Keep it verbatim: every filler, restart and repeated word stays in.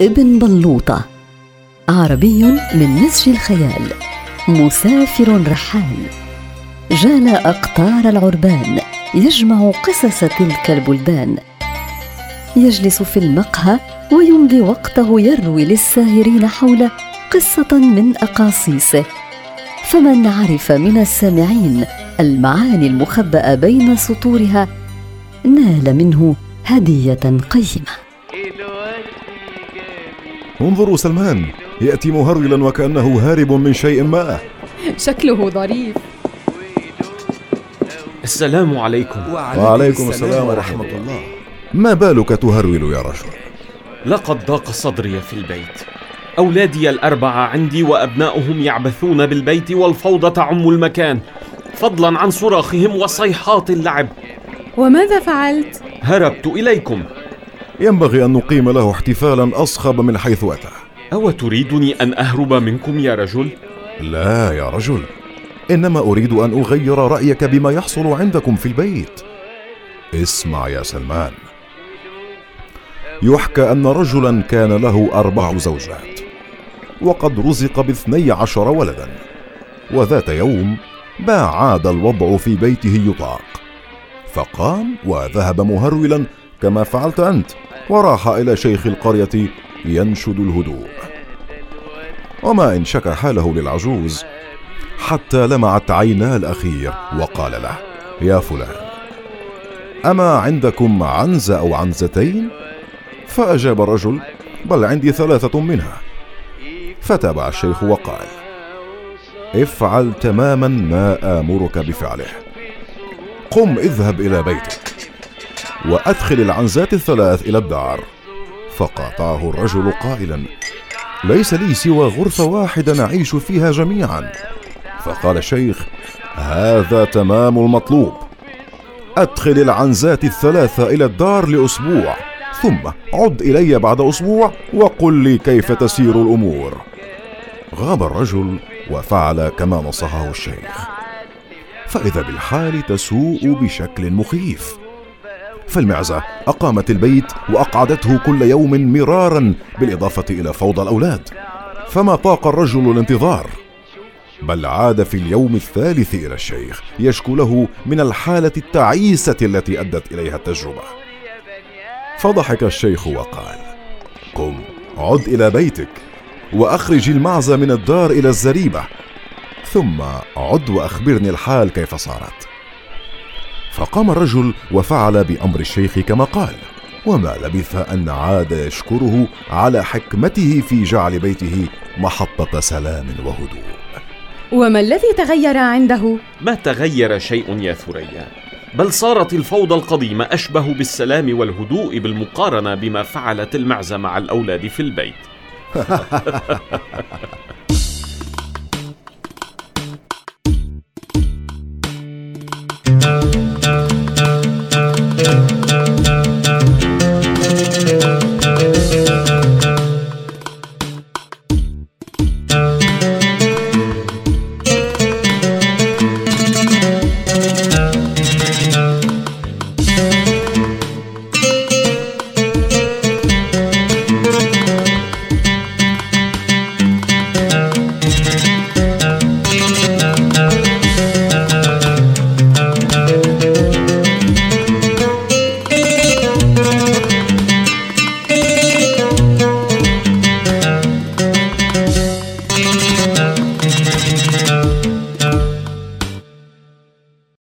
ابن بلوطة، عربي من نسج الخيال، مسافر رحال، جال أقطار العربان يجمع قصص تلك البلدان، يجلس في المقهى ويمضي وقته يروي للساهرين حول قصة من أقاصيصه، فمن عرف من السامعين المعاني المخبأة بين سطورها نال منه هدية قيمة. انظروا سلمان، يأتي مهرولا وكأنه هارب من شيء ما. شكله ظريف. السلام عليكم. وعليكم السلام ورحمة الله. ما بالك تهرول يا رجل؟ لقد ضاق صدري في البيت، أولادي الأربعة عندي وأبناؤهم يعبثون بالبيت والفوضى تعم المكان، فضلا عن صراخهم وصيحات اللعب. وماذا فعلت؟ هربت إليكم. ينبغي أن نقيم له احتفالا أصخب من حيث أتى. أو تريدني أن أهرب منكم يا رجل؟ لا يا رجل، إنما أريد أن أغير رأيك بما يحصل عندكم في البيت. اسمع يا سلمان، يحكى أن رجلا كان له أربع زوجات، وقد رزق باثني عشر ولدا، وذات يوم ما عاد الوضع في بيته يطاق، فقام وذهب مهرولا كما فعلت أنت، وراح إلى شيخ القرية ينشد الهدوء. وما إن شكى حاله للعجوز حتى لمعت عينا الأخير، وقال له: يا فلان، أما عندكم عنزة أو عنزتين؟ فأجاب الرجل: بل عندي ثلاثة منها. فتابع الشيخ وقال: افعل تماما ما آمرك بفعله. قم اذهب إلى بيتك وأدخل العنزات الثلاث إلى الدار. فقاطعه الرجل قائلا: ليس لي سوى غرفة واحدة نعيش فيها جميعا. فقال الشيخ: هذا تمام المطلوب، أدخل العنزات الثلاثة إلى الدار لأسبوع، ثم عد إلي بعد أسبوع وقل لي كيف تسير الأمور. غاب الرجل وفعل كما نصحه الشيخ، فإذا بالحال تسوء بشكل مخيف. فالمعزة أقامت البيت وأقعدته كل يوم مرارا، بالإضافة إلى فوضى الأولاد، فما طاق الرجل الانتظار، بل عاد في اليوم الثالث إلى الشيخ يشكو له من الحالة التعيسة التي أدت إليها التجربة. فضحك الشيخ وقال: قم عد إلى بيتك وأخرج المعزة من الدار إلى الزريبة، ثم عد وأخبرني الحال كيف صارت. فقام الرجل وفعل بأمر الشيخ كما قال، وما لبث أن عاد يشكره على حكمته في جعل بيته محطة سلام وهدوء. وما الذي تغير عنده؟ ما تغير شيء يا ثريا، بل صارت الفوضى القديمة أشبه بالسلام والهدوء بالمقارنة بما فعلت المعزة مع الأولاد في البيت.